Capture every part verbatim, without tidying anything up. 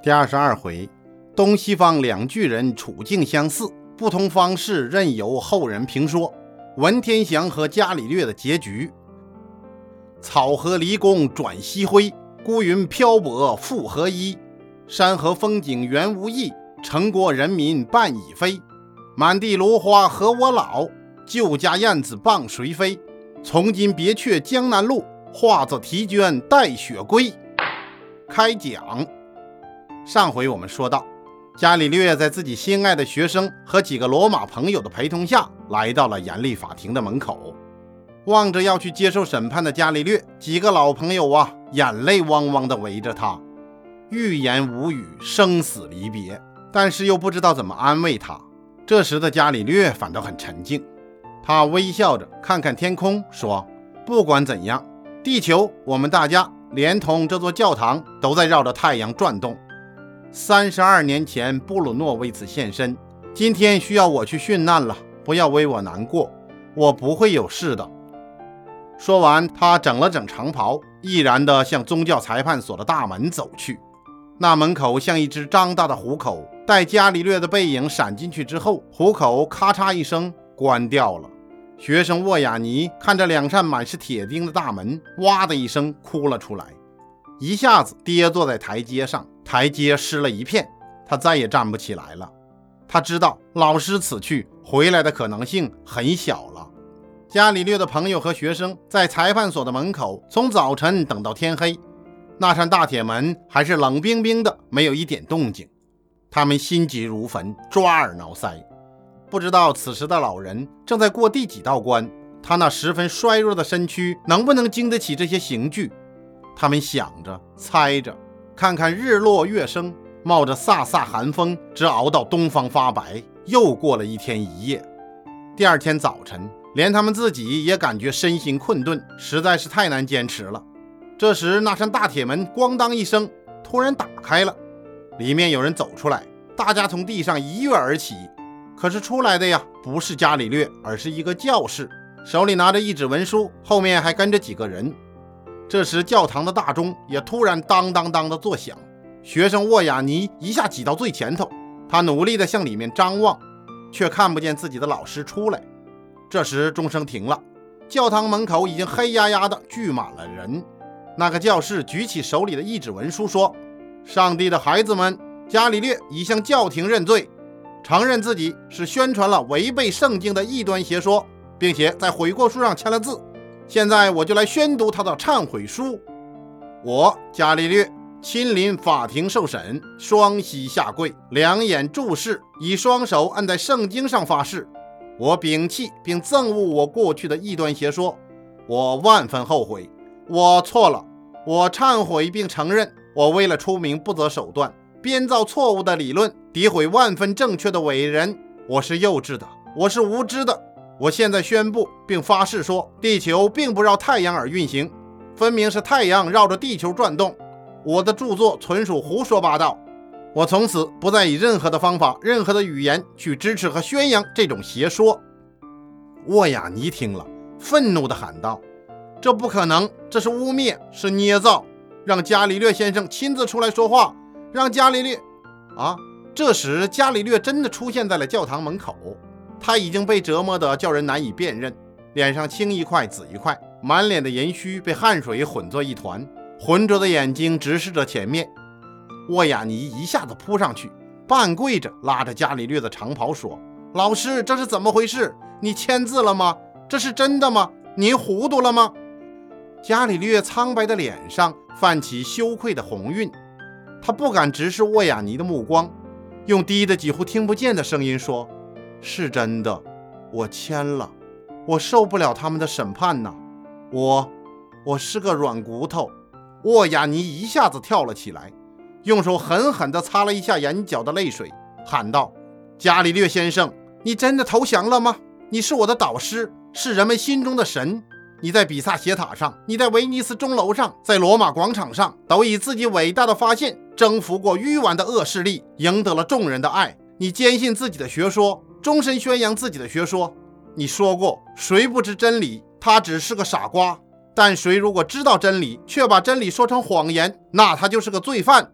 第二十二回，东西方两巨人处境相似，不同方式任由后人评说。文天祥和伽利略的结局。草河离宫转西辉，孤云漂泊复何依？山河风景原无异，陈国人民半已飞。满地芦花和我老，旧家燕子傍谁飞？从今别却江南路，画作题卷待雪归。开讲。上回我们说到，伽利略在自己心爱的学生和几个罗马朋友的陪同下，来到了严厉法庭的门口。望着要去接受审判的伽利略，几个老朋友啊，眼泪汪汪地围着他，欲言无语，生死离别，但是又不知道怎么安慰他。这时的伽利略反倒很沉静，他微笑着看看天空，说：不管怎样，地球，我们大家连同这座教堂都在绕着太阳转动。三十二年前布鲁诺为此现身，今天需要我去殉难了，不要为我难过，我不会有事的。说完，他整了整长袍，毅然地向宗教裁判所的大门走去。那门口像一只张大的虎口，待伽利略的背影闪进去之后，虎口咔嚓一声关掉了。学生沃亚尼看着两扇满是铁钉的大门，哇的一声哭了出来，一下子跌坐在台阶上，台阶湿了一片，他再也站不起来了。他知道老师此去回来的可能性很小了。伽利略的朋友和学生在裁判所的门口从早晨等到天黑，那扇大铁门还是冷冰冰的，没有一点动静。他们心急如焚，抓耳挠腮，不知道此时的老人正在过第几道关，他那十分衰弱的身躯能不能经得起这些刑具。他们想着猜着，看看日落月升，冒着飒飒寒风，直熬到东方发白，又过了一天一夜。第二天早晨，连他们自己也感觉身心困顿，实在是太难坚持了。这时那扇大铁门咣当一声突然打开了，里面有人走出来，大家从地上一跃而起。可是出来的呀，不是伽利略，而是一个教士，手里拿着一纸文书，后面还跟着几个人。这时教堂的大钟也突然当当当的作响，学生沃亚尼一下挤到最前头，他努力地向里面张望，却看不见自己的老师出来。这时钟声停了，教堂门口已经黑压压的聚满了人。那个教士举起手里的一纸文书说：上帝的孩子们，伽利略已向教廷认罪，承认自己是宣传了违背圣经的异端邪说，并且在悔过书上签了字。现在我就来宣读他的忏悔书。我伽利略亲临法庭受审，双膝下跪，两眼注视，以双手按在圣经上发誓，我摒弃并憎恶我过去的异端邪说，我万分后悔，我错了，我忏悔并承认，我为了出名不择手段，编造错误的理论，诋毁万分正确的伟人，我是幼稚的，我是无知的。我现在宣布并发誓说，地球并不绕太阳而运行，分明是太阳绕着地球转动。我的著作纯属胡说八道，我从此不再以任何的方法、任何的语言去支持和宣扬这种邪说。沃亚尼听了，愤怒地喊道：这不可能，这是污蔑，是捏造，让伽利略先生亲自出来说话，让伽利略……啊！这时伽利略真的出现在了教堂门口，他已经被折磨得叫人难以辨认，脸上青一块紫一块，满脸的盐须被汗水混作一团，浑浊的眼睛直视着前面。沃亚尼一下子扑上去，半跪着拉着伽利略的长袍说：老师，这是怎么回事？你签字了吗？这是真的吗？您糊涂了吗？伽利略苍白的脸上泛起羞愧的红晕，他不敢直视沃亚尼的目光，用低的几乎听不见的声音说：是真的，我签了，我受不了他们的审判呐，我我是个软骨头。沃亚尼一下子跳了起来，用手狠狠地擦了一下眼角的泪水，喊道：伽利略先生，你真的投降了吗？你是我的导师，是人们心中的神，你在比萨斜塔上，你在威尼斯钟楼上，在罗马广场上，都以自己伟大的发现征服过愚顽的恶势力，赢得了众人的爱。你坚信自己的学说，终身宣扬自己的学说。你说过，谁不知真理，他只是个傻瓜，但谁如果知道真理，却把真理说成谎言，那他就是个罪犯。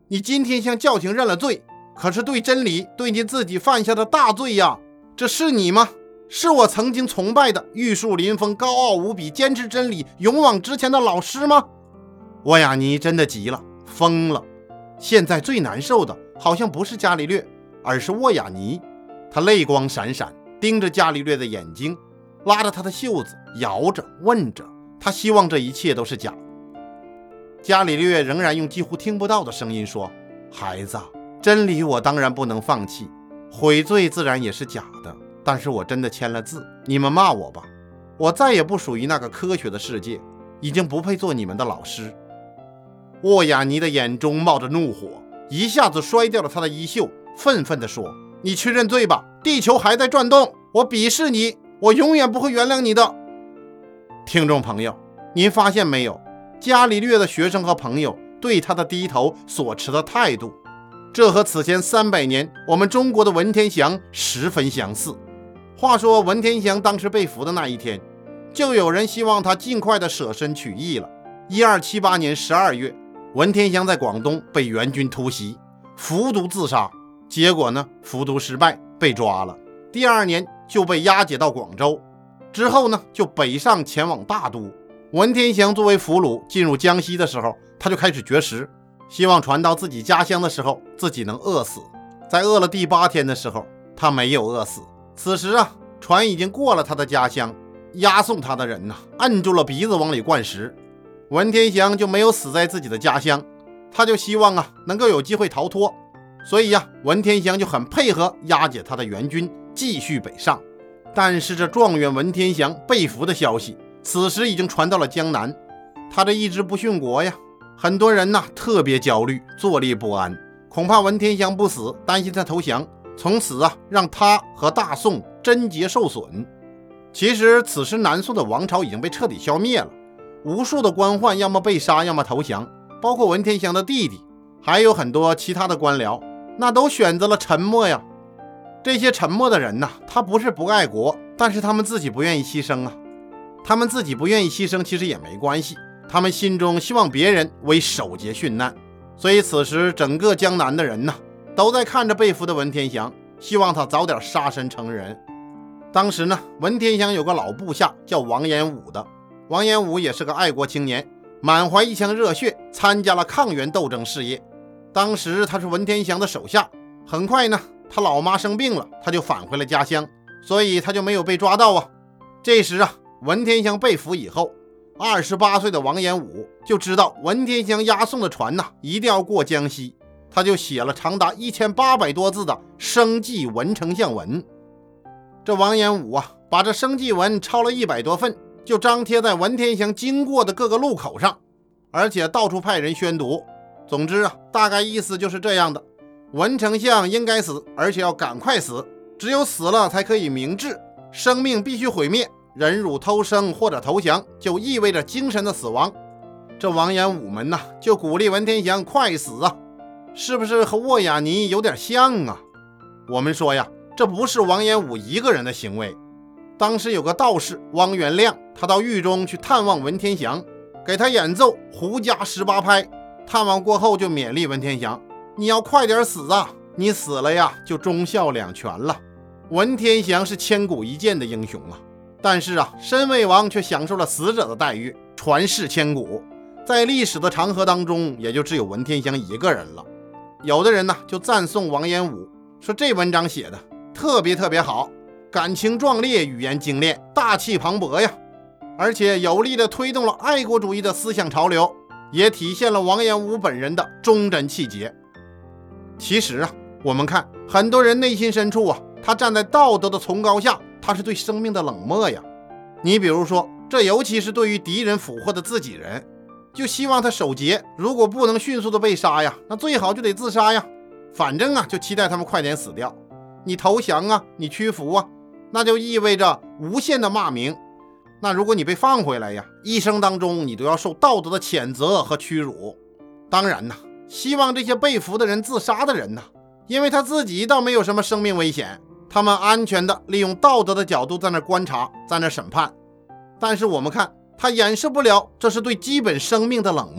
你今天向教廷认了罪，可是对真理，对你自己犯下的大罪呀！这是你吗？是我曾经崇拜的玉树临风、高傲无比、坚持真理、勇往直前的老师吗？沃亚尼真的急了，疯了。现在最难受的好像不是伽利略，而是沃亚尼。他泪光闪闪，盯着伽利略的眼睛，拉着他的袖子，摇着，问着。他希望这一切都是假。伽利略仍然用几乎听不到的声音说：孩子，真理我当然不能放弃，悔罪自然也是假的，但是我真的签了字，你们骂我吧，我再也不属于那个科学的世界，已经不配做你们的老师。沃亚尼的眼中冒着怒火，一下子摔掉了他的衣袖，愤愤地说：你去认罪吧，地球还在转动，我鄙视你，我永远不会原谅你的。听众朋友，您发现没有，伽利略的学生和朋友对他的低头所持的态度，这和此前三百年我们中国的文天祥十分相似。话说文天祥当时被俘的那一天，就有人希望他尽快的舍身取义了。一二七八年十二月，文天祥在广东被元军突袭，服毒自杀，结果呢，服毒失败，被抓了。第二年就被押解到广州，之后呢，就北上前往大都。文天祥作为俘虏进入江西的时候，他就开始绝食，希望传到自己家乡的时候自己能饿死。在饿了第八天的时候，他没有饿死。此时啊，船已经过了他的家乡，押送他的人呢、啊，按住了鼻子往里灌食。文天祥就没有死在自己的家乡，他就希望啊能够有机会逃脱，所以呀、啊，文天祥就很配合押解他的援军继续北上。但是这状元文天祥被俘的消息，此时已经传到了江南，他这一直不殉国呀，很多人呐特别焦虑，坐立不安，恐怕文天祥不死，担心他投降，从此啊让他和大宋贞洁受损。其实此时南宋的王朝已经被彻底消灭了，无数的官宦要么被杀，要么投降，包括文天祥的弟弟，还有很多其他的官僚，那都选择了沉默呀。这些沉默的人呢，他不是不爱国，但是他们自己不愿意牺牲啊。他们自己不愿意牺牲其实也没关系，他们心中希望别人为守节殉难，所以此时整个江南的人呢，都在看着被俘的文天祥，希望他早点杀身成仁。当时呢，文天祥有个老部下叫王延武的，王延武也是个爱国青年，满怀一腔热血，参加了抗元斗争事业。当时他是文天祥的手下，很快呢，他老妈生病了，他就返回了家乡，所以他就没有被抓到啊。这时啊，文天祥被俘以后，二十八岁的王延武就知道文天祥押送的船呐、啊、一定要过江西，他就写了长达一千八百多字的生祭文丞相文。这王延武啊，把这生祭文抄了一百多份，就张贴在文天祥经过的各个路口上，而且到处派人宣读。总之啊，大概意思就是这样的：文丞相应该死，而且要赶快死，只有死了才可以明志，生命必须毁灭，忍辱偷生或者投降就意味着精神的死亡。这王延武们呐、啊，就鼓励文天祥快死啊，是不是和沃亚尼有点像啊？我们说呀，这不是王延武一个人的行为。当时有个道士汪元亮，他到狱中去探望文天祥，给他演奏胡笳十八拍。探望过后就勉励文天祥，你要快点死啊，你死了呀就忠孝两全了。文天祥是千古一见的英雄啊，但是啊，身为王却享受了死者的待遇，传世千古。在历史的长河当中，也就只有文天祥一个人了。有的人呢就赞颂王延武，说这文章写的特别特别好，感情壮烈，语言精炼，大气磅礴呀，而且有力地推动了爱国主义的思想潮流，也体现了王延武本人的忠贞气节。其实啊，我们看很多人内心深处啊，他站在道德的崇高下，他是对生命的冷漠呀。你比如说，这尤其是对于敌人俘获的自己人，就希望他守节，如果不能迅速的被杀呀，那最好就得自杀呀。反正啊，就期待他们快点死掉。你投降啊，你屈服啊，那就意味着无限的骂名。那如果你被放回来呀，一生当中你都要受道德的谴责和屈辱。当然呢，希望这些被俘的人自杀的人呢，因为他自己倒没有什么生命危险，他们安全的利用道德的角度在那观察，在那审判。但是我们看他掩饰不了，这是对基本生命的冷漠。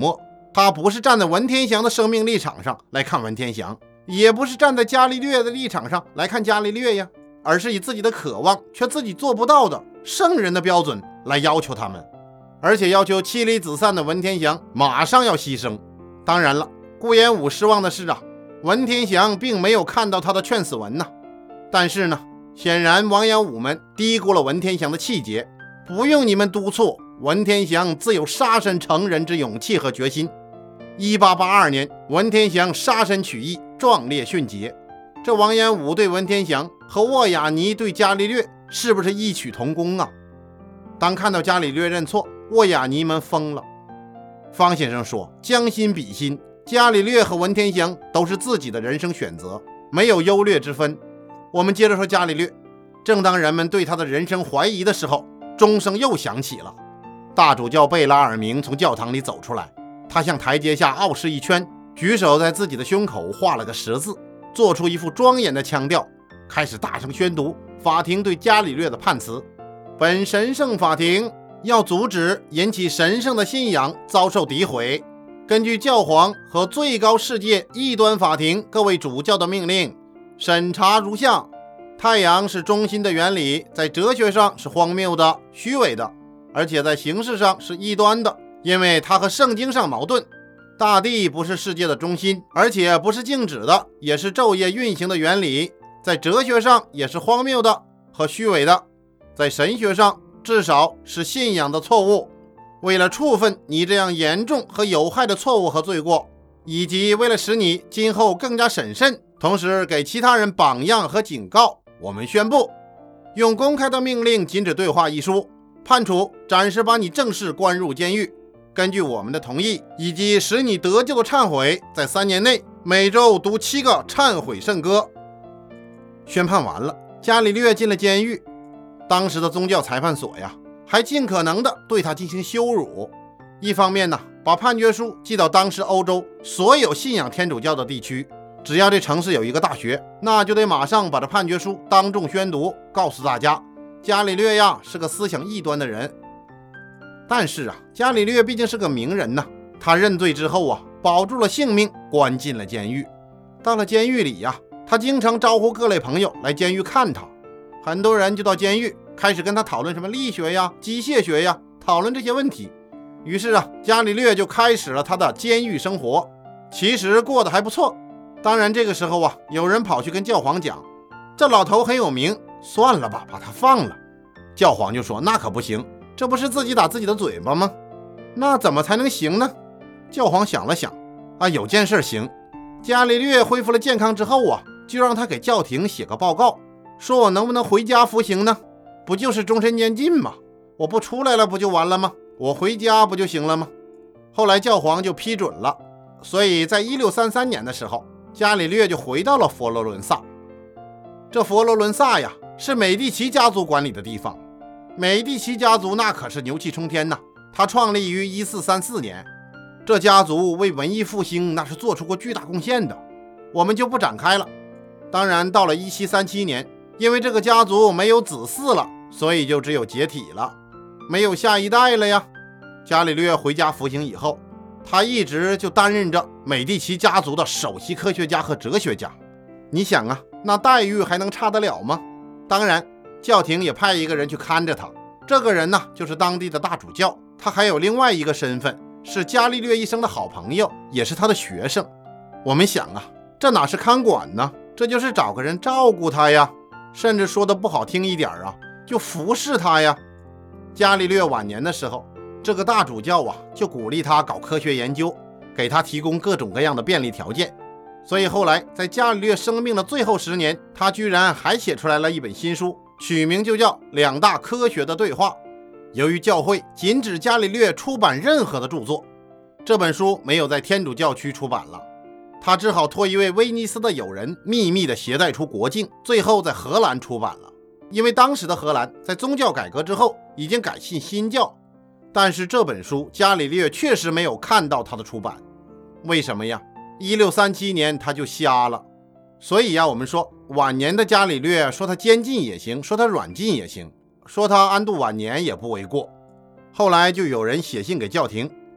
他不是站在文天祥的生命立场上来看文天祥，也不是站在伽利略的立场上来看伽利略呀，而是以自己的渴望却自己做不到的圣人的标准来要求他们，而且要求妻离子散的文天祥马上要牺牲。当然了，顾炎武失望的是啊，文天祥并没有看到他的劝死文呐。但是呢，显然王阳武们低估了文天祥的气节，不用你们督促，文天祥自有杀身成仁之勇气和决心。一八八二年，文天祥杀身取义，壮烈殉节。这王阳武对文天祥和沃亚尼对伽利略是不是异曲同工啊？当看到伽利略认错，沃亚尼们疯了。方先生说，将心比心，伽利略和文天祥都是自己的人生选择，没有优劣之分。我们接着说伽利略，正当人们对他的人生怀疑的时候，钟声又响起了。大主教贝拉尔明从教堂里走出来，他向台阶下傲视一圈，举手在自己的胸口画了个十字，做出一副庄严的腔调，开始大声宣读法庭对伽利略的判词。本神圣法庭要阻止引起神圣的信仰遭受诋毁。根据教皇和最高世界异端法庭各位主教的命令，审查如下：太阳是中心的原理，在哲学上是荒谬的、虚伪的，而且在形式上是异端的，因为它和圣经上矛盾。大地不是世界的中心，而且不是静止的，也是昼夜运行的原理，在哲学上也是荒谬的和虚伪的，在神学上至少是信仰的错误。为了处分你这样严重和有害的错误和罪过，以及为了使你今后更加审慎，同时给其他人榜样和警告，我们宣布用公开的命令禁止对话一书，判处暂时把你正式关入监狱。根据我们的同意以及使你得救的忏悔，在三年内每周读七个忏悔圣歌。宣判完了，伽利略进了监狱。当时的宗教裁判所呀，还尽可能的对他进行羞辱。一方面呢，把判决书寄到当时欧洲所有信仰天主教的地区，只要这城市有一个大学，那就得马上把这判决书当众宣读，告诉大家伽利略呀是个思想异端的人。但是啊，伽利略毕竟是个名人呐，他认罪之后啊，保住了性命，关进了监狱。到了监狱里呀，他经常招呼各类朋友来监狱看他，很多人就到监狱开始跟他讨论什么力学呀、机械学呀，讨论这些问题。于是啊，伽利略就开始了他的监狱生活，其实过得还不错。当然这个时候啊，有人跑去跟教皇讲，这老头很有名，算了吧，把他放了。教皇就说，那可不行，这不是自己打自己的嘴巴吗？那怎么才能行呢？教皇想了想，啊，有件事行。伽利略恢复了健康之后啊，就让他给教廷写个报告，说我能不能回家服刑呢？不就是终身监禁吗？我不出来了不就完了吗？我回家不就行了吗？后来教皇就批准了，所以在一六三三年的时候，伽利略就回到了佛罗伦萨。这佛罗伦萨呀，是美第奇家族管理的地方。美第奇家族那可是牛气冲天呐，它创立于一四三四年，这家族为文艺复兴那是做出过巨大贡献的，我们就不展开了。当然到了一七三七年，因为这个家族没有子嗣了，所以就只有解体了，没有下一代了呀。伽利略回家服刑以后，他一直就担任着美第奇家族的首席科学家和哲学家。你想啊，那待遇还能差得了吗？当然教廷也派一个人去看着他，这个人呢就是当地的大主教，他还有另外一个身份，是伽利略一生的好朋友，也是他的学生。我们想啊，这哪是看管呢，这就是找个人照顾他呀，甚至说的不好听一点啊，就服侍他呀。伽利略晚年的时候，这个大主教啊就鼓励他搞科学研究，给他提供各种各样的便利条件。所以后来在伽利略生命的最后十年，他居然还写出来了一本新书，取名就叫《两大科学的对话》。由于教会禁止伽利略出版任何的著作，这本书没有在天主教区出版了，他只好托一位威尼斯的友人秘密地携带出国境，最后在荷兰出版了。因为当时的荷兰在宗教改革之后已经改信新教，但是这本书伽利略确实没有看到他的出版。为什么呀？一六三七年他就瞎了。所以呀，我们说晚年的伽利略，说他监禁也行，说他软禁也行，说他安度晚年也不为过。后来就有人写信给教廷，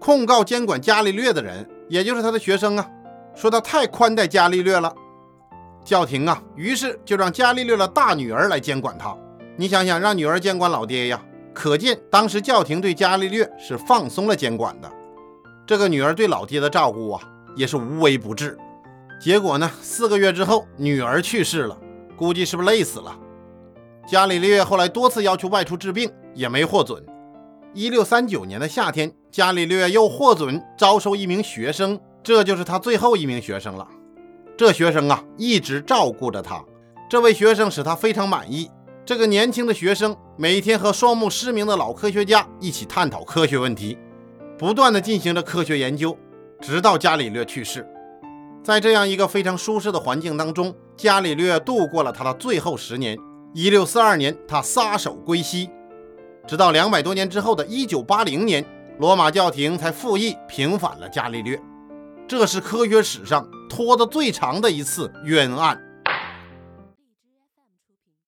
控告监管伽利略的人，也就是他的学生啊，说他太宽待伽利略了。教廷啊，于是就让伽利略的大女儿来监管他。你想想，让女儿监管老爹呀，可见当时教廷对伽利略是放松了监管的。这个女儿对老爹的照顾啊，也是无微不至。结果呢，四个月之后，女儿去世了，估计是不是累死了。伽利略后来多次要求外出治病，也没获准。一六三九年的夏天，伽利略又获准招收一名学生，这就是他最后一名学生了。这学生啊，一直照顾着他，这位学生使他非常满意。这个年轻的学生每天和双目失明的老科学家一起探讨科学问题，不断地进行着科学研究，直到伽利略去世。在这样一个非常舒适的环境当中，伽利略度过了他的最后十年。一六四二年，他撒手归西。直到两百多年之后的一九八零年，罗马教廷才复议平反了伽利略。这是科学史上拖得最长的一次冤案。